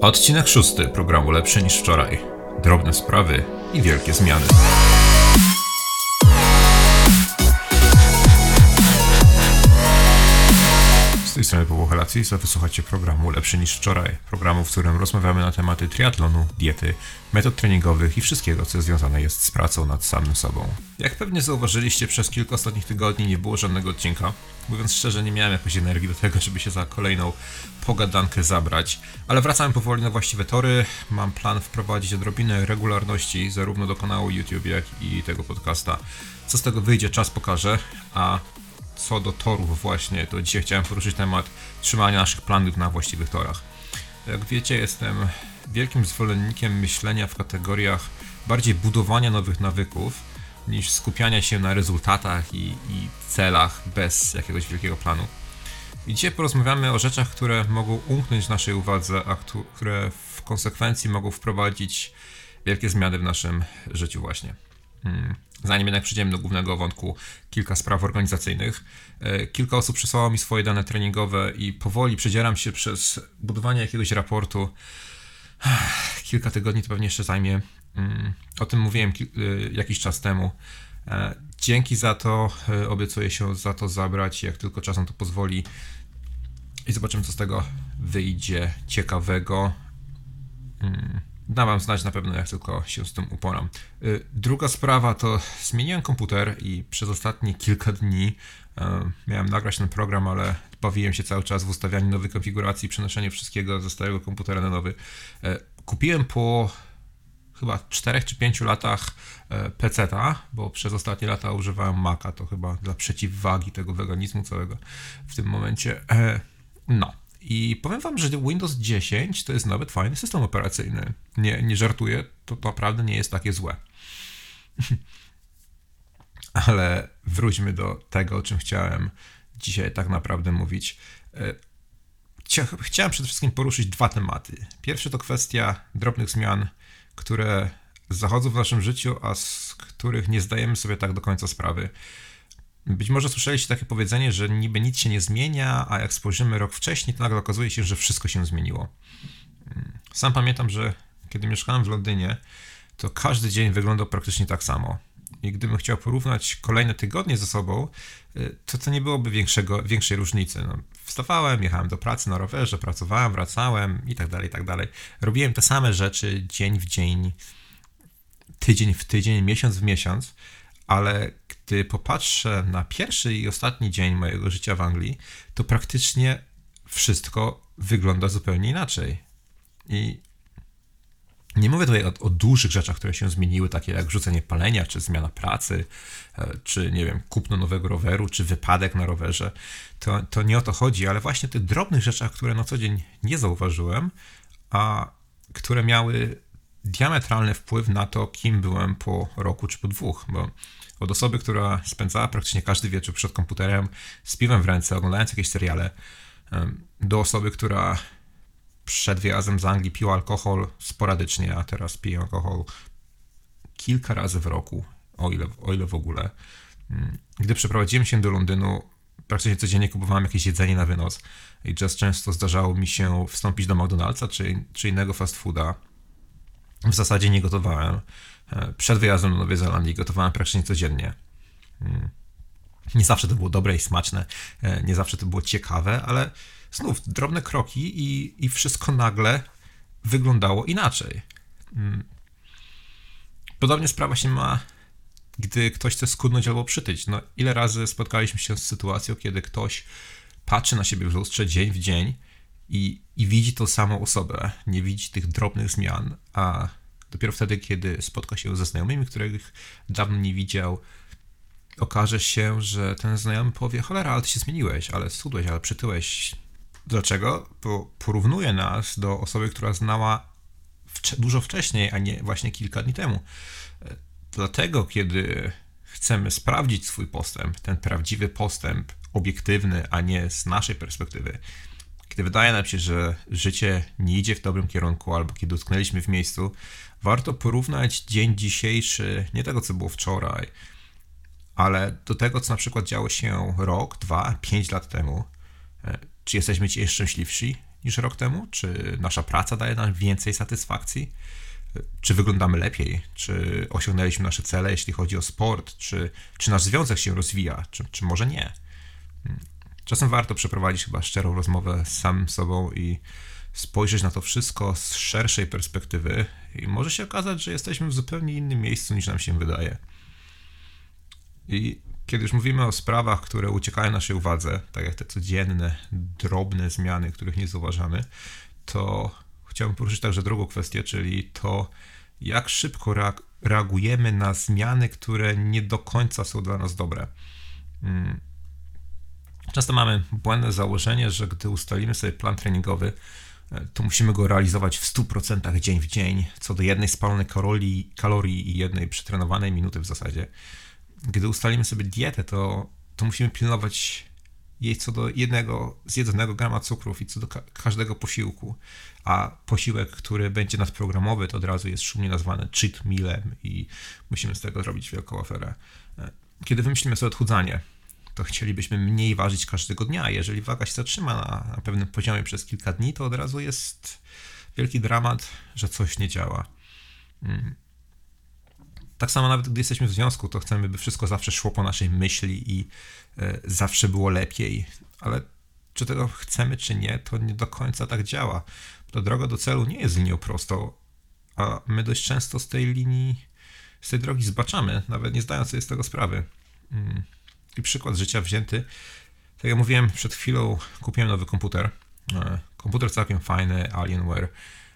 Odcinek 6 programu Lepszy niż wczoraj. Drobne sprawy i wielkie zmiany. Z tej strony Paweł Helacji, wysłuchacie programu Lepszy niż wczoraj. Programu, w którym rozmawiamy na tematy triatlonu, diety, metod treningowych i wszystkiego, co związane jest z pracą nad samym sobą. Jak pewnie zauważyliście, przez kilka ostatnich tygodni nie było żadnego odcinka. Mówiąc szczerze, nie miałem jakoś energii do tego, żeby się za kolejną pogadankę zabrać. Ale wracamy powoli na właściwe tory. Mam plan wprowadzić odrobinę regularności zarówno do kanału YouTube, jak i tego podcasta. Co z tego wyjdzie, czas pokaże, a co do torów właśnie, to dzisiaj chciałem poruszyć temat trzymania naszych planów na właściwych torach. Jak wiecie, jestem wielkim zwolennikiem myślenia w kategoriach bardziej budowania nowych nawyków, niż skupiania się na rezultatach i celach bez jakiegoś wielkiego planu. I dzisiaj porozmawiamy o rzeczach, które mogą umknąć naszej uwadze, a które w konsekwencji mogą wprowadzić wielkie zmiany w naszym życiu właśnie. Zanim jednak przejdziemy do głównego wątku, kilka spraw organizacyjnych. Kilka osób przesłało mi swoje dane treningowe i powoli przedzieram się przez budowanie jakiegoś raportu. Kilka tygodni to pewnie jeszcze zajmie. O tym mówiłem jakiś czas temu. Dzięki za to, obiecuję się za to zabrać, jak tylko czas na to pozwoli. I zobaczymy, co z tego wyjdzie ciekawego. Dam wam znać na pewno, jak tylko się z tym uporam. Druga sprawa to zmieniłem komputer i przez ostatnie kilka dni miałem nagrać ten program, ale bawiłem się cały czas w ustawianiu nowej konfiguracji, przenoszeniu wszystkiego ze starego komputera na nowy. Kupiłem po chyba 4 czy 5 latach PC-ta, bo przez ostatnie lata używałem Maca, to chyba dla przeciwwagi tego weganizmu całego w tym momencie. I powiem wam, że Windows 10 to jest nawet fajny system operacyjny. Nie żartuję, to naprawdę nie jest takie złe. Ale wróćmy do tego, o czym chciałem dzisiaj tak naprawdę mówić. Chciałem przede wszystkim poruszyć dwa tematy. Pierwszy to kwestia drobnych zmian, które zachodzą w naszym życiu, a z których nie zdajemy sobie tak do końca sprawy. Być może słyszeliście takie powiedzenie, że niby nic się nie zmienia, a jak spojrzymy rok wcześniej, to nagle okazuje się, że wszystko się zmieniło. Sam pamiętam, że kiedy mieszkałem w Londynie, to każdy dzień wyglądał praktycznie tak samo. I gdybym chciał porównać kolejne tygodnie ze sobą, to nie byłoby większej różnicy. Wstawałem, jechałem do pracy na rowerze, pracowałem, wracałem i tak dalej. Robiłem te same rzeczy dzień w dzień, tydzień w tydzień, miesiąc w miesiąc, ale gdy popatrzę na pierwszy i ostatni dzień mojego życia w Anglii, to praktycznie wszystko wygląda zupełnie inaczej. I nie mówię tutaj o dużych rzeczach, które się zmieniły, takie jak rzucenie palenia, czy zmiana pracy, czy nie wiem, kupno nowego roweru, czy wypadek na rowerze. To nie o to chodzi, ale właśnie tych drobnych rzeczach, które na co dzień nie zauważyłem, a które miały diametralny wpływ na to, kim byłem po roku czy po 2, bo od osoby, która spędzała praktycznie każdy wieczór przed komputerem z piwem w ręce, oglądając jakieś seriale, do osoby, która przed wyjazdem z Anglii piła alkohol sporadycznie, a teraz pije alkohol kilka razy w roku, o ile w ogóle. Gdy przeprowadziłem się do Londynu, praktycznie codziennie kupowałem jakieś jedzenie na wynos i często zdarzało mi się wstąpić do McDonald'sa czy innego fast fooda. W zasadzie nie gotowałem. Przed wyjazdem do Nowej Zelandii gotowałem praktycznie codziennie. Nie zawsze to było dobre i smaczne, nie zawsze to było ciekawe, ale znów drobne kroki i wszystko nagle wyglądało inaczej. Podobnie sprawa się ma, gdy ktoś chce schudnąć albo przytyć. Ile razy spotkaliśmy się z sytuacją, kiedy ktoś patrzy na siebie w lustrze dzień w dzień i widzi tą samą osobę, nie widzi tych drobnych zmian, a dopiero wtedy, kiedy spotka się ze znajomymi, których dawno nie widział, okaże się, że ten znajomy powie: cholera, ale ty się zmieniłeś, ale schudłeś, ale przytyłeś. Dlaczego? Bo porównuje nas do osoby, która znała dużo wcześniej, a nie właśnie kilka dni temu. Dlatego, kiedy chcemy sprawdzić swój postęp, ten prawdziwy postęp, obiektywny, a nie z naszej perspektywy, kiedy wydaje nam się, że życie nie idzie w dobrym kierunku, albo kiedy utknęliśmy w miejscu, warto porównać dzień dzisiejszy, nie tego, co było wczoraj, ale do tego, co na przykład działo się rok, 2, 5 lat temu. Czy jesteśmy dzisiaj szczęśliwsi? niż rok temu? Czy nasza praca daje nam więcej satysfakcji? Czy wyglądamy lepiej? Czy osiągnęliśmy nasze cele, jeśli chodzi o sport? Czy nasz związek się rozwija? Czy może nie? Czasem warto przeprowadzić chyba szczerą rozmowę z samym sobą i spojrzeć na to wszystko z szerszej perspektywy i może się okazać, że jesteśmy w zupełnie innym miejscu niż nam się wydaje. I kiedy już mówimy o sprawach, które uciekają naszej uwadze, tak jak te codzienne, drobne zmiany, których nie zauważamy, to chciałbym poruszyć także drugą kwestię, czyli to, jak szybko reagujemy na zmiany, które nie do końca są dla nas dobre. Często mamy błędne założenie, że gdy ustalimy sobie plan treningowy, to musimy go realizować w 100% dzień w dzień, co do jednej spalonej kalorii i jednej przetrenowanej minuty w zasadzie. Gdy ustalimy sobie dietę, to musimy pilnować jej co do jednego zjedzonego grama cukrów i co do każdego posiłku. A posiłek, który będzie nadprogramowy, to od razu jest szumnie nazwany cheat mealem i musimy z tego zrobić wielką aferę. Kiedy wymyślimy sobie odchudzanie, to chcielibyśmy mniej ważyć każdego dnia. Jeżeli waga się zatrzyma na pewnym poziomie przez kilka dni, to od razu jest wielki dramat, że coś nie działa. Tak samo nawet gdy jesteśmy w związku, to chcemy, by wszystko zawsze szło po naszej myśli i zawsze było lepiej. Ale czy tego chcemy, czy nie, to nie do końca tak działa. Ta droga do celu nie jest linią prostą, a my dość często z tej drogi zbaczamy, nawet nie zdając sobie z tego sprawy. I przykład życia wzięty. Tak jak mówiłem przed chwilą, kupiłem nowy komputer. Komputer całkiem fajny, Alienware.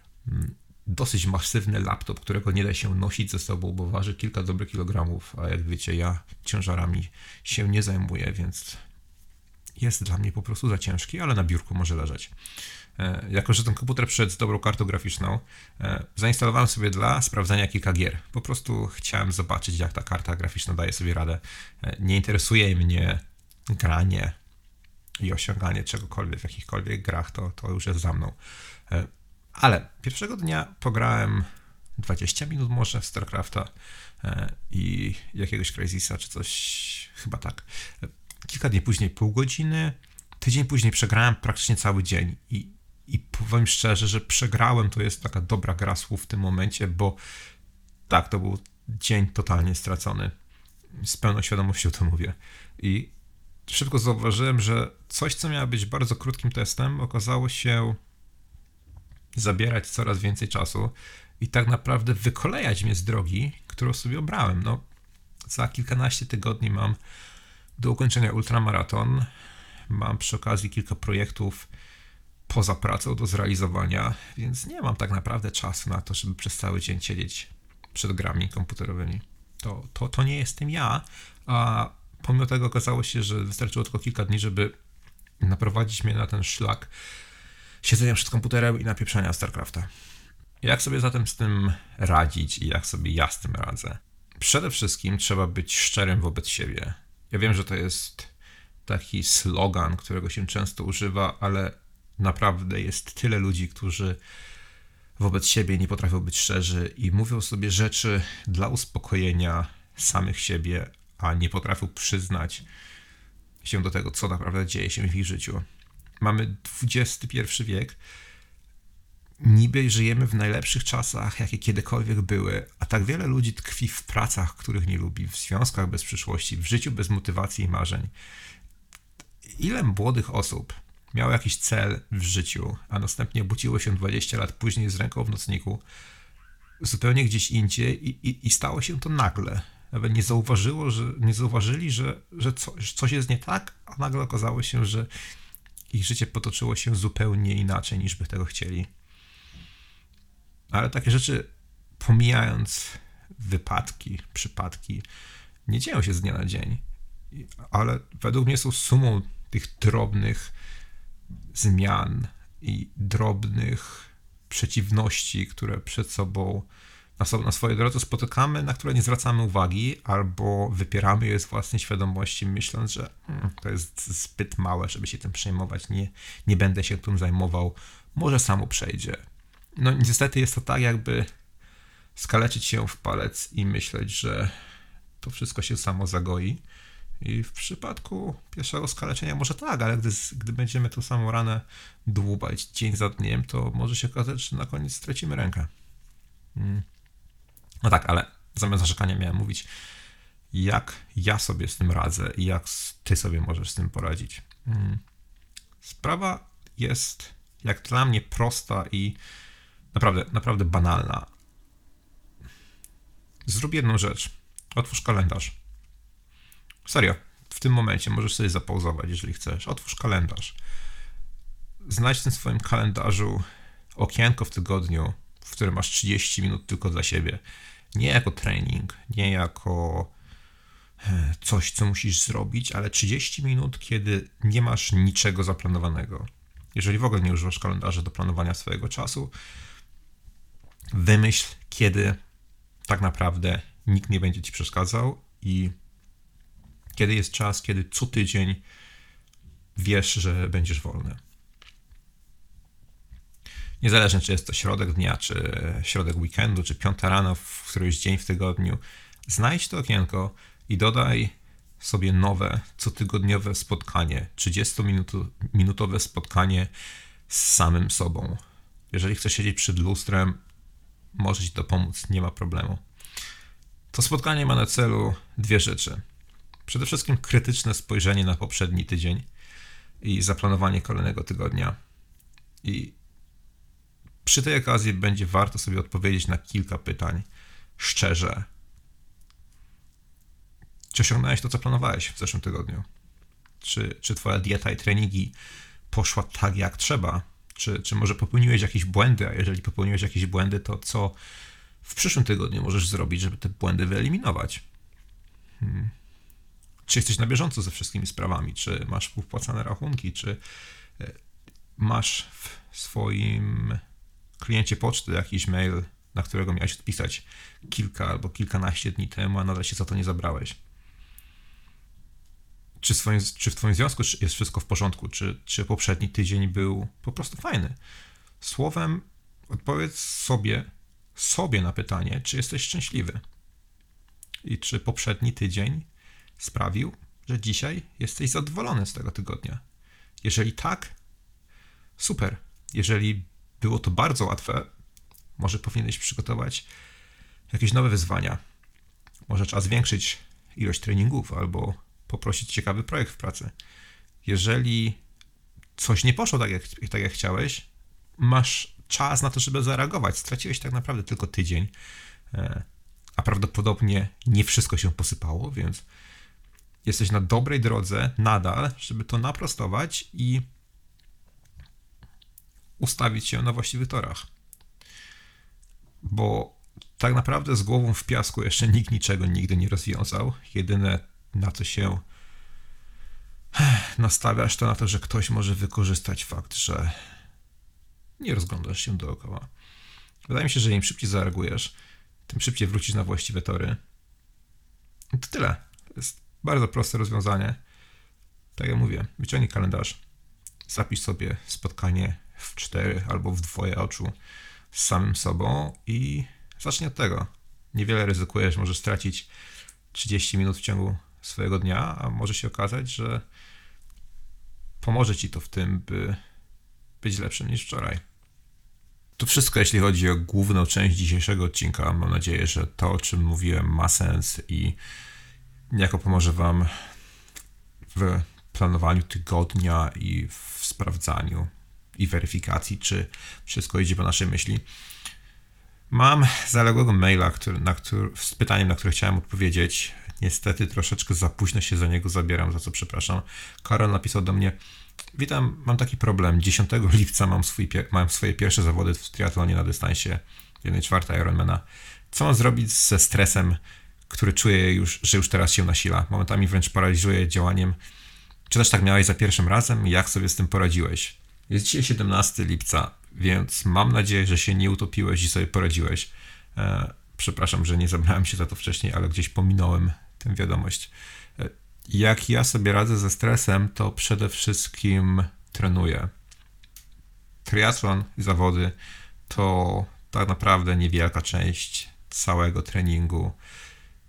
Dosyć masywny laptop, którego nie da się nosić ze sobą, bo waży kilka dobrych kilogramów, a jak wiecie, ja ciężarami się nie zajmuję, więc jest dla mnie po prostu za ciężki, ale na biurku może leżeć. Jako że ten komputer przyszedł z dobrą kartą graficzną, zainstalowałem sobie dla sprawdzenia kilka gier. Po prostu chciałem zobaczyć, jak ta karta graficzna daje sobie radę. Nie interesuje mnie granie i osiąganie czegokolwiek w jakichkolwiek grach, to już jest za mną. Ale pierwszego dnia pograłem 20 minut może w StarCrafta i jakiegoś Crazisa czy coś, chyba tak. Kilka dni później pół godziny, tydzień później przegrałem praktycznie cały dzień i powiem szczerze, że przegrałem to jest taka dobra gra słów w tym momencie, bo tak, to był dzień totalnie stracony. Z pełną świadomością to mówię. I szybko zauważyłem, że coś, co miało być bardzo krótkim testem, okazało się zabierać coraz więcej czasu i tak naprawdę wykolejać mnie z drogi, którą sobie obrałem. No, za kilkanaście tygodni mam do ukończenia ultramaraton. Mam przy okazji kilka projektów poza pracą do zrealizowania, więc nie mam tak naprawdę czasu na to, żeby przez cały dzień siedzieć przed grami komputerowymi. To nie jestem ja, a pomimo tego okazało się, że wystarczyło tylko kilka dni, żeby naprowadzić mnie na ten szlak siedzenia przed komputerem i napieprzania StarCrafta. Jak sobie zatem z tym radzić i jak sobie ja z tym radzę? Przede wszystkim trzeba być szczerym wobec siebie. Ja wiem, że to jest taki slogan, którego się często używa, ale naprawdę jest tyle ludzi, którzy wobec siebie nie potrafią być szczerzy i mówią sobie rzeczy dla uspokojenia samych siebie, a nie potrafią przyznać się do tego, co naprawdę dzieje się w ich życiu. Mamy XXI wiek, niby żyjemy w najlepszych czasach, jakie kiedykolwiek były, a tak wiele ludzi tkwi w pracach, których nie lubi, w związkach bez przyszłości, w życiu bez motywacji i marzeń. Ile młodych osób miało jakiś cel w życiu, a następnie budziło się 20 lat później z ręką w nocniku, zupełnie gdzieś indziej i stało się to nagle. Nawet nie zauważyli, że coś jest nie tak, a nagle okazało się, że ich życie potoczyło się zupełnie inaczej, niż by tego chcieli. Ale takie rzeczy, pomijając wypadki, przypadki, nie dzieją się z dnia na dzień. Ale według mnie są sumą tych drobnych zmian i drobnych przeciwności, które przed sobą na swojej drodze spotykamy, na które nie zwracamy uwagi, albo wypieramy je z własnej świadomości, myśląc, że to jest zbyt małe, żeby się tym przejmować, nie będę się tym zajmował, może samo przejdzie. No niestety jest to tak, jakby skaleczyć się w palec i myśleć, że to wszystko się samo zagoi. I w przypadku pierwszego skaleczenia może tak, ale gdy będziemy tą samą ranę dłubać dzień za dniem, to może się okazać, że na koniec stracimy rękę. No tak, ale zamiast narzekania miałem mówić, jak ja sobie z tym radzę i jak ty sobie możesz z tym poradzić. Sprawa jest jak dla mnie prosta i naprawdę banalna. Zrób jedną rzecz. Otwórz kalendarz. Serio, w tym momencie możesz sobie zapauzować, jeżeli chcesz. Otwórz kalendarz. Znajdź w tym swoim kalendarzu okienko w tygodniu, w którym masz 30 minut tylko dla siebie. Nie jako trening, nie jako coś, co musisz zrobić, ale 30 minut, kiedy nie masz niczego zaplanowanego. Jeżeli w ogóle nie używasz kalendarza do planowania swojego czasu, wymyśl, kiedy tak naprawdę nikt nie będzie ci przeszkadzał i kiedy jest czas, kiedy co tydzień wiesz, że będziesz wolny. Niezależnie, czy jest to środek dnia, czy środek weekendu, czy 5 rano w któryś dzień w tygodniu, znajdź to okienko i dodaj sobie nowe, cotygodniowe spotkanie, 30-minutowe spotkanie z samym sobą. Jeżeli chcesz siedzieć przed lustrem, może ci to pomóc, nie ma problemu. To spotkanie ma na celu 2 rzeczy. Przede wszystkim krytyczne spojrzenie na poprzedni tydzień i zaplanowanie kolejnego tygodnia. I przy tej okazji będzie warto sobie odpowiedzieć na kilka pytań szczerze. Czy osiągnąłeś to, co planowałeś w zeszłym tygodniu? Czy twoja dieta i treningi poszła tak, jak trzeba? Czy może popełniłeś jakieś błędy? A jeżeli popełniłeś jakieś błędy, to co w przyszłym tygodniu możesz zrobić, żeby te błędy wyeliminować? Czy jesteś na bieżąco ze wszystkimi sprawami? Czy masz wpłacane rachunki? Czy masz w swoim kliencie poczty jakiś mail, na którego miałeś odpisać kilka albo kilkanaście dni temu, a nadal się za to nie zabrałeś? Czy w twoim związku jest wszystko w porządku? Czy poprzedni tydzień był po prostu fajny? Słowem, odpowiedz sobie na pytanie, czy jesteś szczęśliwy? I czy poprzedni tydzień sprawił, że dzisiaj jesteś zadowolony z tego tygodnia? Jeżeli tak, super. Jeżeli było to bardzo łatwe, może powinieneś przygotować jakieś nowe wyzwania. Może trzeba zwiększyć ilość treningów albo poprosić ciekawy projekt w pracy. Jeżeli coś nie poszło tak jak chciałeś, masz czas na to, żeby zareagować. Straciłeś tak naprawdę tylko tydzień, a prawdopodobnie nie wszystko się posypało, więc jesteś na dobrej drodze nadal, żeby to naprostować i ustawić się na właściwych torach. Bo tak naprawdę z głową w piasku jeszcze nikt niczego nigdy nie rozwiązał. Jedyne, na co się nastawiasz, to na to, że ktoś może wykorzystać fakt, że nie rozglądasz się dookoła. Wydaje mi się, że im szybciej zareagujesz, tym szybciej wrócisz na właściwe tory. I to tyle. To jest bardzo proste rozwiązanie. Tak jak mówię, wyciągnij kalendarz, zapisz sobie spotkanie w 4 albo w 2 oczu z samym sobą i zacznij od tego. Niewiele ryzykujesz, możesz stracić 30 minut w ciągu swojego dnia, a może się okazać, że pomoże ci to w tym, by być lepszym niż wczoraj. To wszystko, jeśli chodzi o główną część dzisiejszego odcinka. Mam nadzieję, że to, o czym mówiłem, ma sens i niejako pomoże wam w planowaniu tygodnia i w sprawdzaniu i weryfikacji, czy wszystko idzie po naszej myśli. Mam zaległego maila z pytaniem, na które chciałem odpowiedzieć. Niestety troszeczkę za późno się za niego zabieram, za co przepraszam. Karol napisał do mnie: witam, mam taki problem. 10 lipca mam swoje pierwsze zawody w triatlonie na dystansie 1/4 Ironmana. Co mam zrobić ze stresem, który czuję że już teraz się nasila? Momentami wręcz paraliżuje działaniem. Czy też tak miałeś za pierwszym razem? Jak sobie z tym poradziłeś? Jest dzisiaj 17 lipca, więc mam nadzieję, że się nie utopiłeś i sobie poradziłeś. Przepraszam, że nie zabrałem się za to wcześniej, ale gdzieś pominąłem tę wiadomość. Jak ja sobie radzę ze stresem, to przede wszystkim trenuję. Triatlon i zawody to tak naprawdę niewielka część całego treningu.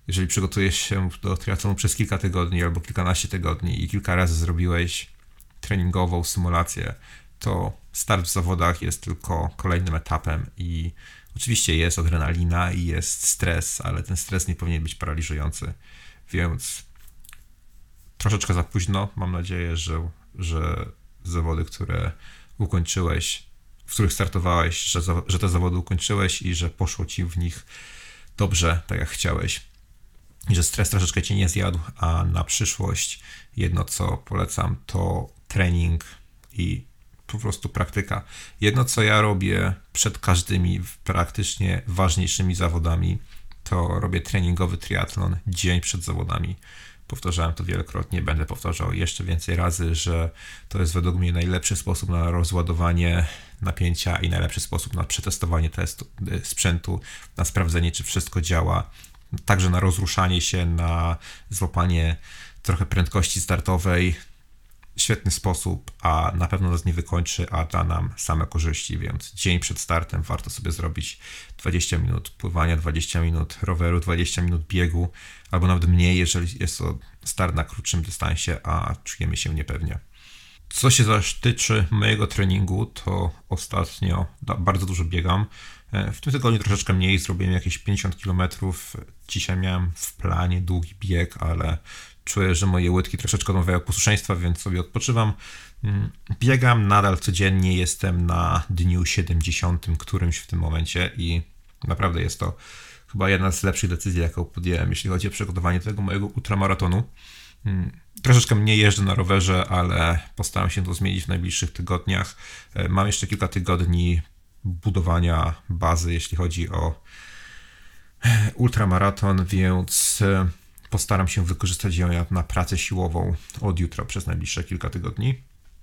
jeżeli przygotujesz się do triatlonu przez kilka tygodni albo kilkanaście tygodni i kilka razy zrobiłeś treningową symulację, to start w zawodach jest tylko kolejnym etapem i oczywiście jest adrenalina i jest stres, ale ten stres nie powinien być paraliżujący, więc troszeczkę za późno. Mam nadzieję, że zawody, które ukończyłeś, w których startowałeś, że te zawody ukończyłeś i że poszło ci w nich dobrze, tak jak chciałeś. I że stres troszeczkę cię nie zjadł, a na przyszłość jedno, co polecam, to trening i po prostu praktyka. Jedno, co ja robię przed każdymi praktycznie ważniejszymi zawodami, to robię treningowy triatlon dzień przed zawodami. Powtarzałem to wielokrotnie, będę powtarzał jeszcze więcej razy, że to jest według mnie najlepszy sposób na rozładowanie napięcia i najlepszy sposób na przetestowanie sprzętu, na sprawdzenie, czy wszystko działa, także na rozruszanie się, na złapanie trochę prędkości startowej. Świetny sposób, a na pewno nas nie wykończy, a da nam same korzyści, więc dzień przed startem warto sobie zrobić 20 minut pływania, 20 minut roweru, 20 minut biegu, albo nawet mniej, jeżeli jest to start na krótszym dystansie, a czujemy się niepewnie. Co się zaś tyczy mojego treningu, to ostatnio bardzo dużo biegam. W tym tygodniu troszeczkę mniej, zrobiłem jakieś 50 km. Dzisiaj miałem w planie długi bieg, ale czuję, że moje łydki troszeczkę odmawiają posłuszeństwa, więc sobie odpoczywam. Biegam nadal codziennie, jestem na dniu 70 którymś w tym momencie i naprawdę jest to chyba jedna z lepszych decyzji, jaką podjąłem, jeśli chodzi o przygotowanie tego mojego ultramaratonu. Troszeczkę mniej jeżdżę na rowerze, ale postaram się to zmienić w najbliższych tygodniach. Mam jeszcze kilka tygodni budowania bazy, jeśli chodzi o ultramaraton, więc postaram się wykorzystać ją na pracę siłową od jutra przez najbliższe kilka tygodni.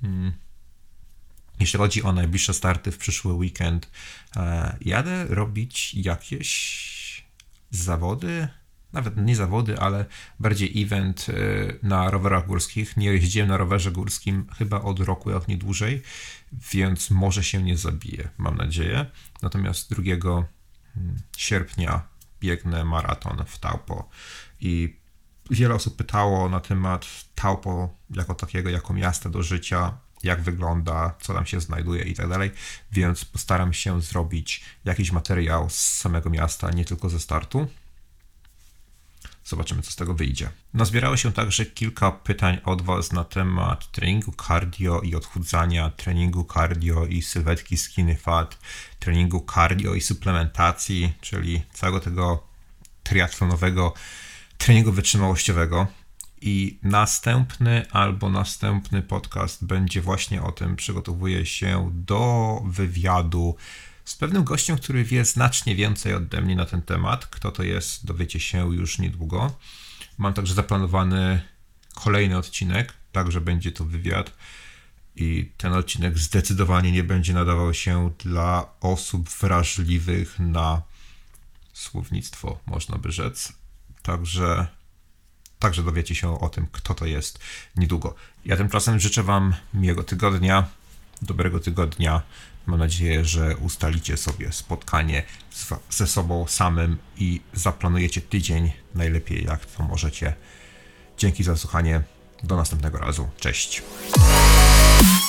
Jeśli chodzi o najbliższe starty w przyszły weekend, jadę robić jakieś zawody, nawet nie zawody, ale bardziej event na rowerach górskich. Nie jeździłem na rowerze górskim chyba od roku, jak nie dłużej, więc może się nie zabiję, mam nadzieję. Natomiast 2 sierpnia biegnę maraton w Taupo i wiele osób pytało na temat Taupo jako takiego, jako miasta do życia, jak wygląda, co tam się znajduje i tak dalej, więc postaram się zrobić jakiś materiał z samego miasta, nie tylko ze startu. Zobaczymy, co z tego wyjdzie. Nazbierało się także kilka pytań od Was na temat treningu cardio i odchudzania, treningu cardio i sylwetki skinny fat, treningu cardio i suplementacji, czyli całego tego triatlonowego treningu wytrzymałościowego. I następny podcast będzie właśnie o tym. Przygotowuję się do wywiadu z pewnym gościem, który wie znacznie więcej ode mnie na ten temat. Kto to jest, dowiecie się już niedługo. Mam także zaplanowany kolejny odcinek, także będzie to wywiad. I ten odcinek zdecydowanie nie będzie nadawał się dla osób wrażliwych na słownictwo, można by rzec. Także dowiecie się o tym, kto to jest niedługo. Ja tymczasem życzę Wam miłego tygodnia, dobrego tygodnia. Mam nadzieję, że ustalicie sobie spotkanie ze sobą samym i zaplanujecie tydzień najlepiej jak to możecie. Dzięki za słuchanie. Do następnego razu. Cześć.